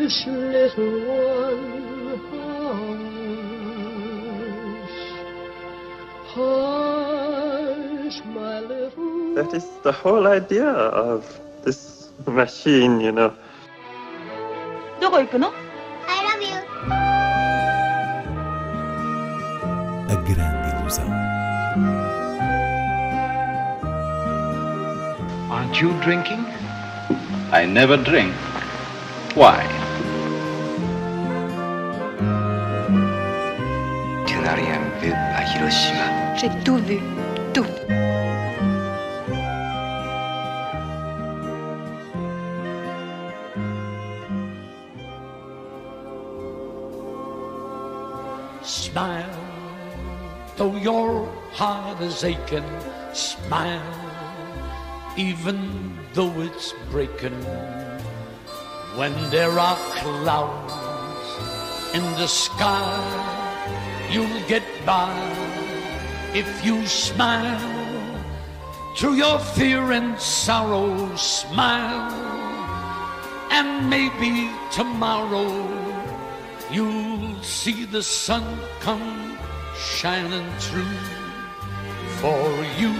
Hush, little one, hush, hush, my little. That is the whole idea of this machine, you know. どこ行くの? I love you. A grande ilusão. Aren't you drinking? I never drink. Why? Tu n'as rien vu à Hiroshima. J'ai tout vu, tout. Smile, though your heart is aching. Smile, even though it's breaking. When there are clouds in the sky, you'll get by if you smile. Through your fear and sorrow, smile, and maybe tomorrow you'll see the sun come shining through for you.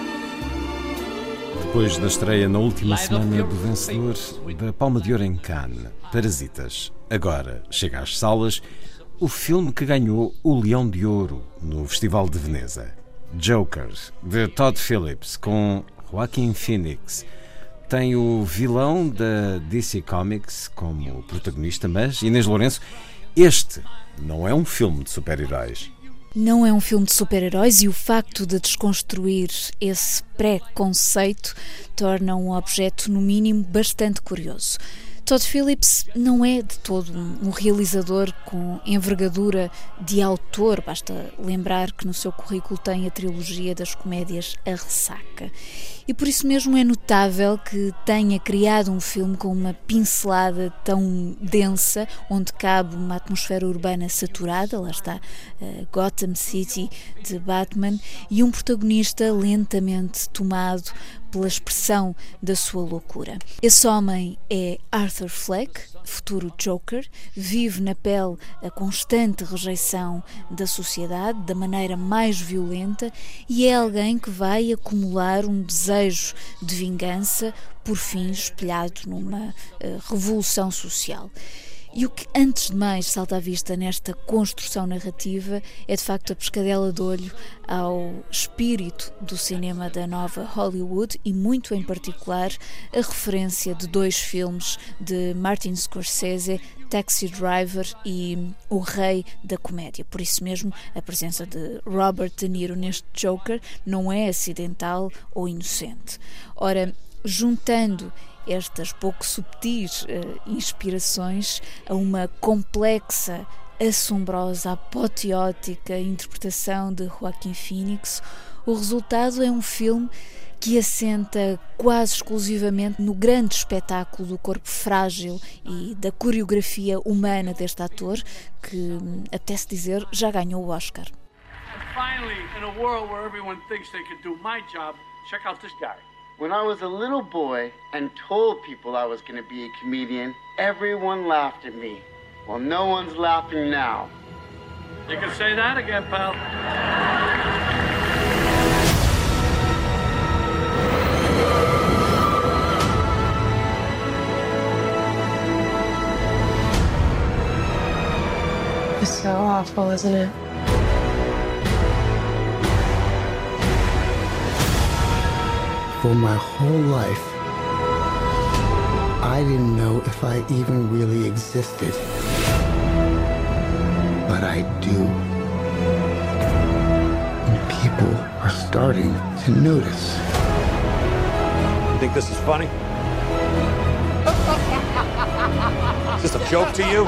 Depois da estreia na última semana do vencedor da Palma de Ouro em Cannes, Parasitas, agora chega às salas o filme que ganhou o Leão de Ouro no Festival de Veneza, Joker, de Todd Phillips, com Joaquin Phoenix. Tem o vilão da DC Comics como protagonista, mas, Inês Lourenço, este não é um filme de super-heróis. Não é um filme de super-heróis e o facto de desconstruir esse pré-conceito torna um objeto, no mínimo, bastante curioso. Todd Phillips não é de todo um realizador com envergadura de autor, basta lembrar que no seu currículo tem a trilogia das comédias A Ressaca. E por isso mesmo é notável que tenha criado um filme com uma pincelada tão densa, onde cabe uma atmosfera urbana saturada, lá está Gotham City de Batman, e um protagonista lentamente tomado pela expressão da sua loucura. Esse homem é Arthur Fleck, futuro Joker, vive na pele a constante rejeição da sociedade, da maneira mais violenta, e é alguém que vai acumular um desejo de vingança, por fim espelhado numa revolução social. E o que antes de mais salta à vista nesta construção narrativa é de facto a pescadela de olho ao espírito do cinema da nova Hollywood e muito em particular a referência de dois filmes de Martin Scorsese, Taxi Driver e O Rei da Comédia. Por isso mesmo a presença de Robert De Niro neste Joker não é acidental ou inocente. Ora, juntando estas pouco subtis inspirações a uma complexa, assombrosa, apoteótica interpretação de Joaquin Phoenix, o resultado é um filme que assenta quase exclusivamente no grande espetáculo do corpo frágil e da coreografia humana deste ator, que, apetece dizer, já ganhou o Oscar. And finally, in a world where everyone thinks they can do my job, check out this guy. When I was a little boy and told people I was going to be a comedian, everyone laughed at me. Well, no one's laughing now. You can say that again, pal. It's so awful, isn't it? For my whole life, I didn't know if I even really existed. But I do. And people are starting to notice. You think this is funny? Is this a joke to you?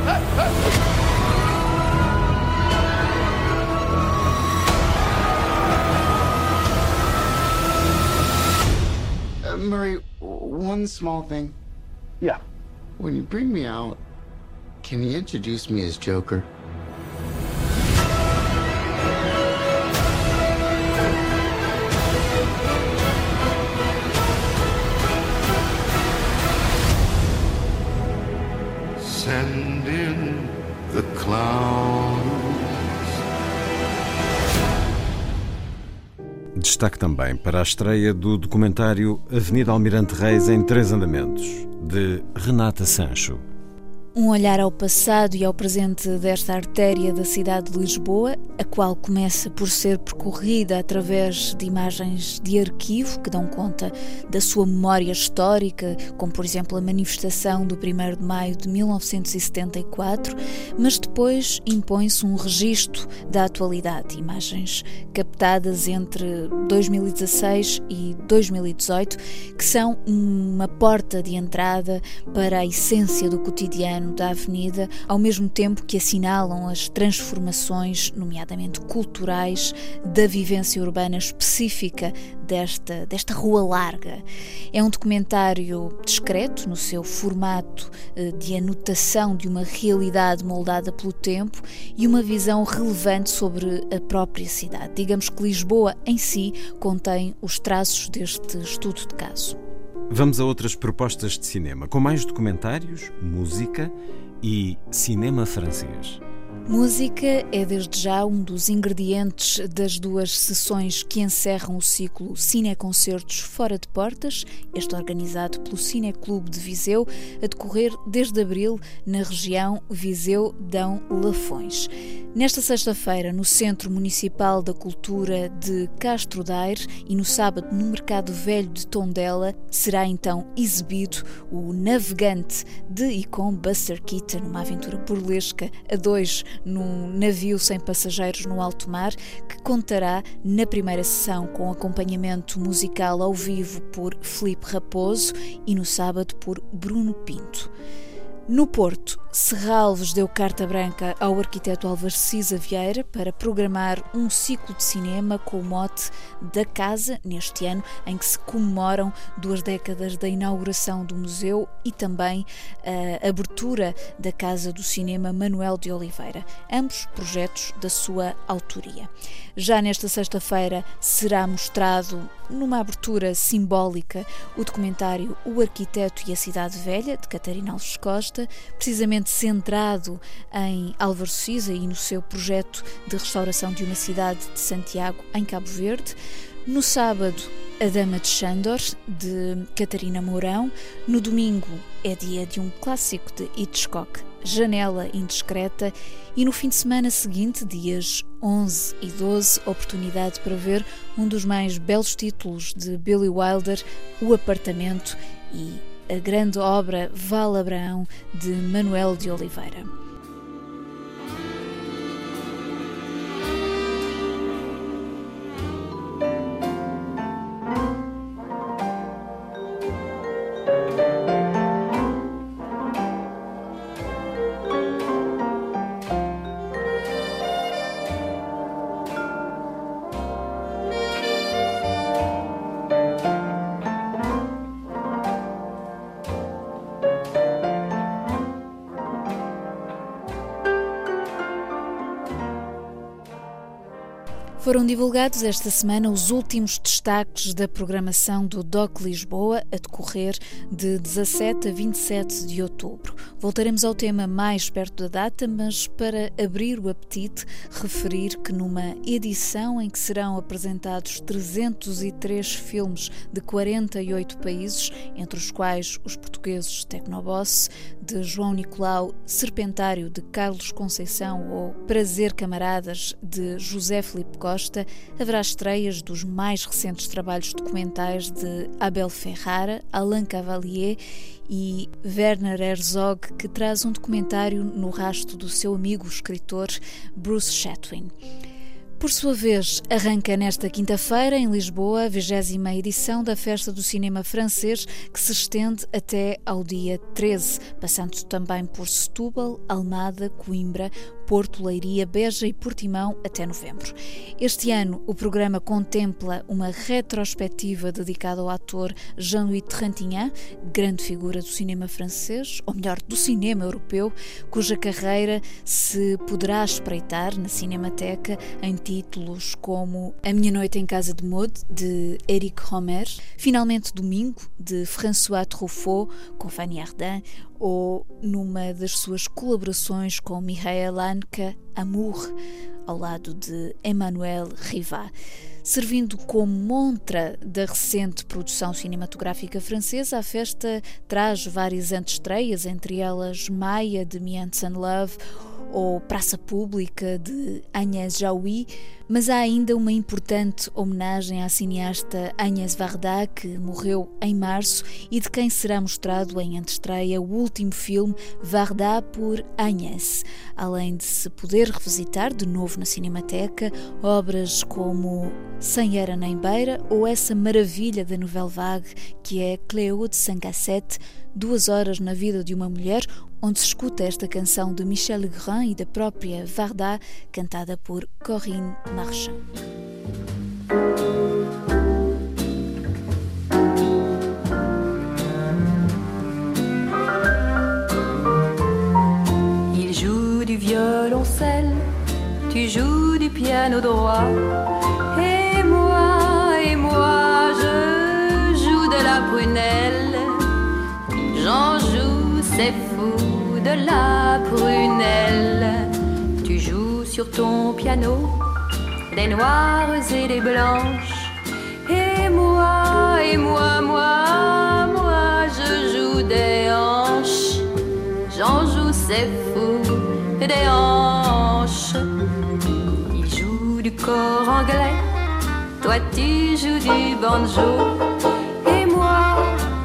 Murray, one small thing. Yeah. When you bring me out, can you introduce me as Joker? send in the clowns. Destaque também para a estreia do documentário Avenida Almirante Reis em 3 andamentos, de Renata Sancho. Um olhar ao passado e ao presente desta artéria da cidade de Lisboa, a qual começa por ser percorrida através de imagens de arquivo que dão conta da sua memória histórica, como por exemplo a manifestação do 1º de maio de 1974, mas depois impõe-se um registro da atualidade, imagens captadas entre 2016 e 2018, que são uma porta de entrada para a essência do cotidiano da Avenida, ao mesmo tempo que assinalam as transformações, nomeadamente culturais, da vivência urbana específica desta rua larga. É um documentário discreto no seu formato de anotação de uma realidade moldada pelo tempo e uma visão relevante sobre a própria cidade. Digamos que Lisboa em si contém os traços deste estudo de caso. Vamos a outras propostas de cinema, com mais documentários, música e cinema francês. Música é desde já um dos ingredientes das 2 sessões que encerram o ciclo Cineconcertos Fora de Portas, este organizado pelo Cineclube de Viseu, a decorrer desde abril na região Viseu-Dão-Lafões. Nesta sexta-feira, no Centro Municipal da Cultura de Castro Daire e no sábado no Mercado Velho de Tondela, será então exibido o Navegante de e com Buster Keaton, uma aventura burlesca a 2 num navio sem passageiros no alto mar, que contará na primeira sessão com acompanhamento musical ao vivo por Filipe Raposo e no sábado por Bruno Pinto. No Porto, Serralves deu carta branca ao arquiteto Álvaro Cisa Vieira para programar um ciclo de cinema com o mote da Casa, neste ano em que se comemoram 2 décadas da inauguração do museu e também a abertura da Casa do Cinema Manuel de Oliveira, ambos projetos da sua autoria. Já nesta sexta-feira será mostrado, numa abertura simbólica, o documentário O Arquiteto e a Cidade Velha, de Catarina Alves Costa, precisamente centrado em Álvaro Cisa e no seu projeto de restauração de uma cidade de Santiago, em Cabo Verde. No sábado, A Dama de Xandor, de Catarina Mourão. No domingo é dia de um clássico de Hitchcock, Janela Indiscreta. E no fim de semana seguinte, dias 11 e 12, oportunidade para ver um dos mais belos títulos de Billy Wilder, O Apartamento, e a grande obra Val Abraão, de Manuel de Oliveira. Foram divulgados esta semana os últimos destaques da programação do DOC Lisboa, a decorrer de 17 a 27 de outubro. Voltaremos ao tema mais perto da data, mas para abrir o apetite, referir que numa edição em que serão apresentados 303 filmes de 48 países, entre os quais os portugueses Tecnoboss, de João Nicolau, Serpentário, de Carlos Conceição ou Prazer Camaradas, de José Filipe Costa, haverá estreias dos mais recentes trabalhos documentais de Abel Ferrara, Alain Cavalier e Werner Herzog, que traz um documentário no rastro do seu amigo escritor Bruce Chatwin. Por sua vez, arranca nesta quinta-feira, em Lisboa, a 20ª edição da Festa do Cinema Francês, que se estende até ao dia 13, passando também por Setúbal, Almada, Coimbra, Porto, Leiria, Beja e Portimão até novembro. Este ano, o programa contempla uma retrospectiva dedicada ao ator Jean-Louis Trintignant, grande figura do cinema francês, ou melhor, do cinema europeu, cuja carreira se poderá espreitar na Cinemateca em títulos como A Minha Noite em Casa de Maud, de Éric Rohmer, Finalmente Domingo, de François Truffaut, com Fanny Ardant, ou numa das suas colaborações com Michael Haneke, Amour, ao lado de Emmanuel Rivat. Servindo como montra da recente produção cinematográfica francesa, a festa traz várias antestreias, entre elas Maia, de Me and Some Love, ou Praça Pública, de Agnès Jaoui, mas há ainda uma importante homenagem à cineasta Agnès Varda, que morreu em março e de quem será mostrado em antestreia o último filme Varda por Agnès, além de se poder revisitar de novo na Cinemateca obras como Sem Era Nem Beira ou essa maravilha da Nouvelle Vague que é Cléo de Saint-Cassette, 2 horas na vida de uma mulher, onde se escuta esta canção de Michel Legrand e da própria Varda, cantada por Corinne Marchand. Il joue du violoncelle, tu joues du piano droit, et moi, je joue de la prunelle. J'en joue, c'est fou, de la prunelle. Tu joues sur ton piano des noires et des blanches. Et moi, je joue des hanches. J'en joue, c'est fou, des hanches. Il joue du cor anglais, toi tu joues du banjo. Et moi,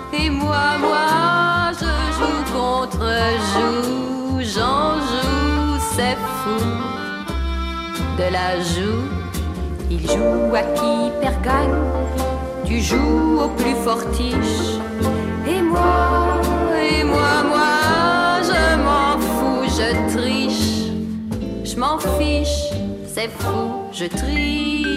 je joue contre joue, j'en joue, c'est fou, de la joue. Il joue à qui perd gagne, tu joues au plus fortiche. Et moi, je m'en fous, je triche. Je m'en fiche, c'est fou, je triche.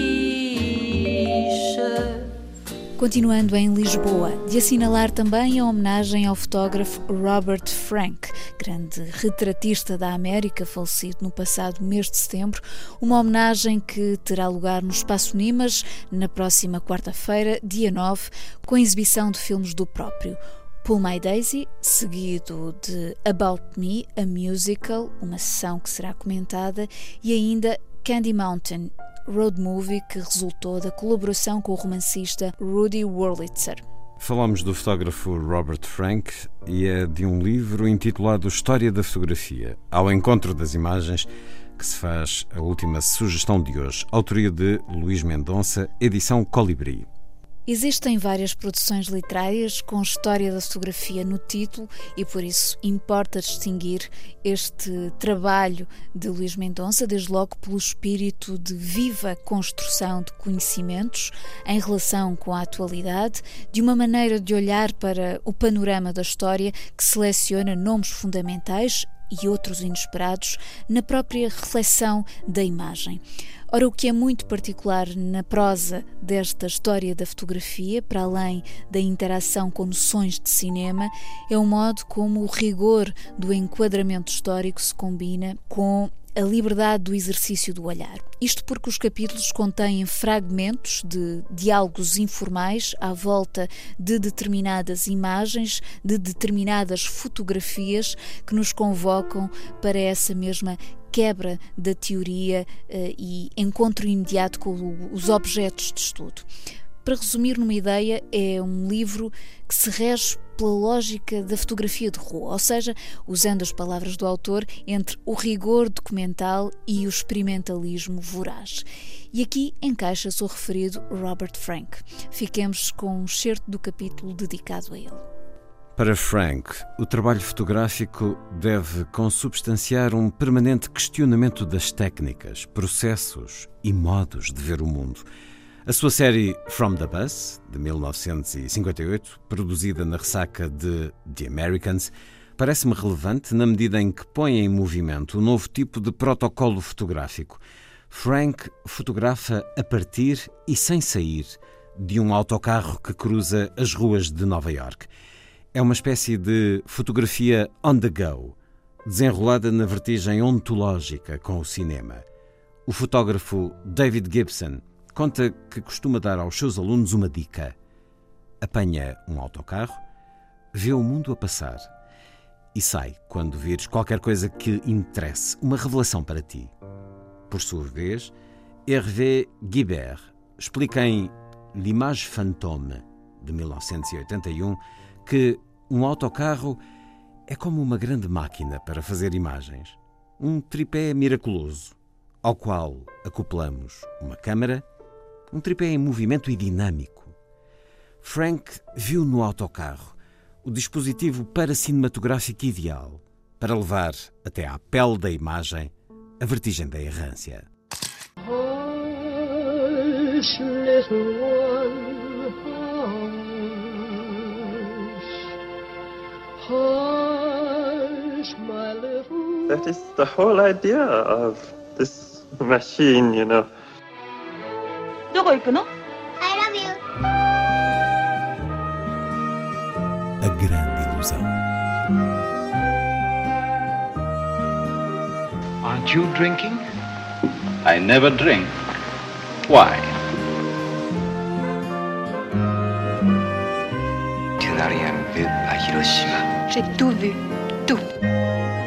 Continuando em Lisboa, de assinalar também a homenagem ao fotógrafo Robert Frank, grande retratista da América, falecido no passado mês de setembro, uma homenagem que terá lugar no Espaço Nimas na próxima quarta-feira, dia 9, com a exibição de filmes do próprio. Pull My Daisy, seguido de About Me, a musical, uma sessão que será comentada, e ainda Candy Mountain, road movie que resultou da colaboração com o romancista Rudy Wurlitzer. Falamos do fotógrafo Robert Frank e é de um livro intitulado História da Fotografia, Ao Encontro das Imagens, que se faz a última sugestão de hoje, autoria de Luís Mendonça, edição Colibri. Existem várias produções literárias com história da fotografia no título e por isso importa distinguir este trabalho de Luís Mendonça, desde logo pelo espírito de viva construção de conhecimentos em relação com a atualidade, de uma maneira de olhar para o panorama da história que seleciona nomes fundamentais e outros inesperados na própria reflexão da imagem. Ora, o que é muito particular na prosa desta história da fotografia, para além da interação com noções de cinema, é o modo como o rigor do enquadramento histórico se combina com a liberdade do exercício do olhar. Isto porque os capítulos contêm fragmentos de diálogos informais à volta de determinadas imagens, de determinadas fotografias que nos convocam para essa mesma quebra da teoria e encontro imediato com os objetos de estudo. Para resumir numa ideia, é um livro que se rege pela lógica da fotografia de rua, ou seja, usando as palavras do autor, entre o rigor documental e o experimentalismo voraz. E aqui encaixa-se o referido Robert Frank. Fiquemos com um excerto do capítulo dedicado a ele. Para Frank, o trabalho fotográfico deve consubstanciar um permanente questionamento das técnicas, processos e modos de ver o mundo. A sua série From the Bus, de 1958, produzida na ressaca de The Americans, Parece-me relevante na medida em que põe em movimento um novo tipo de protocolo fotográfico. Frank fotografa a partir e sem sair de um autocarro que cruza as ruas de Nova York. É uma espécie de fotografia on the go, desenrolada na vertigem ontológica com o cinema. O fotógrafo David Gibson conta que costuma dar aos seus alunos uma dica. Apanha um autocarro, vê o mundo a passar e sai quando vires qualquer coisa que interesse, uma revelação para ti. Por sua vez, Hervé Guibert explica em L'image fantôme, de 1981, que um autocarro é como uma grande máquina para fazer imagens, um tripé miraculoso, ao qual acoplamos uma câmara, um tripé em movimento e dinâmico. Frank viu no autocarro o dispositivo paracinematográfico ideal para levar até à pele da imagem a vertigem da errância. Hush, little one, hush, hush, my little... That is the whole idea of this machine, you know. どこ行くの? I love you. A grande ilusão. Aren't you drinking? I never drink. Why? Tu n'as rien vu à Hiroshima. J'ai tout vu, tout.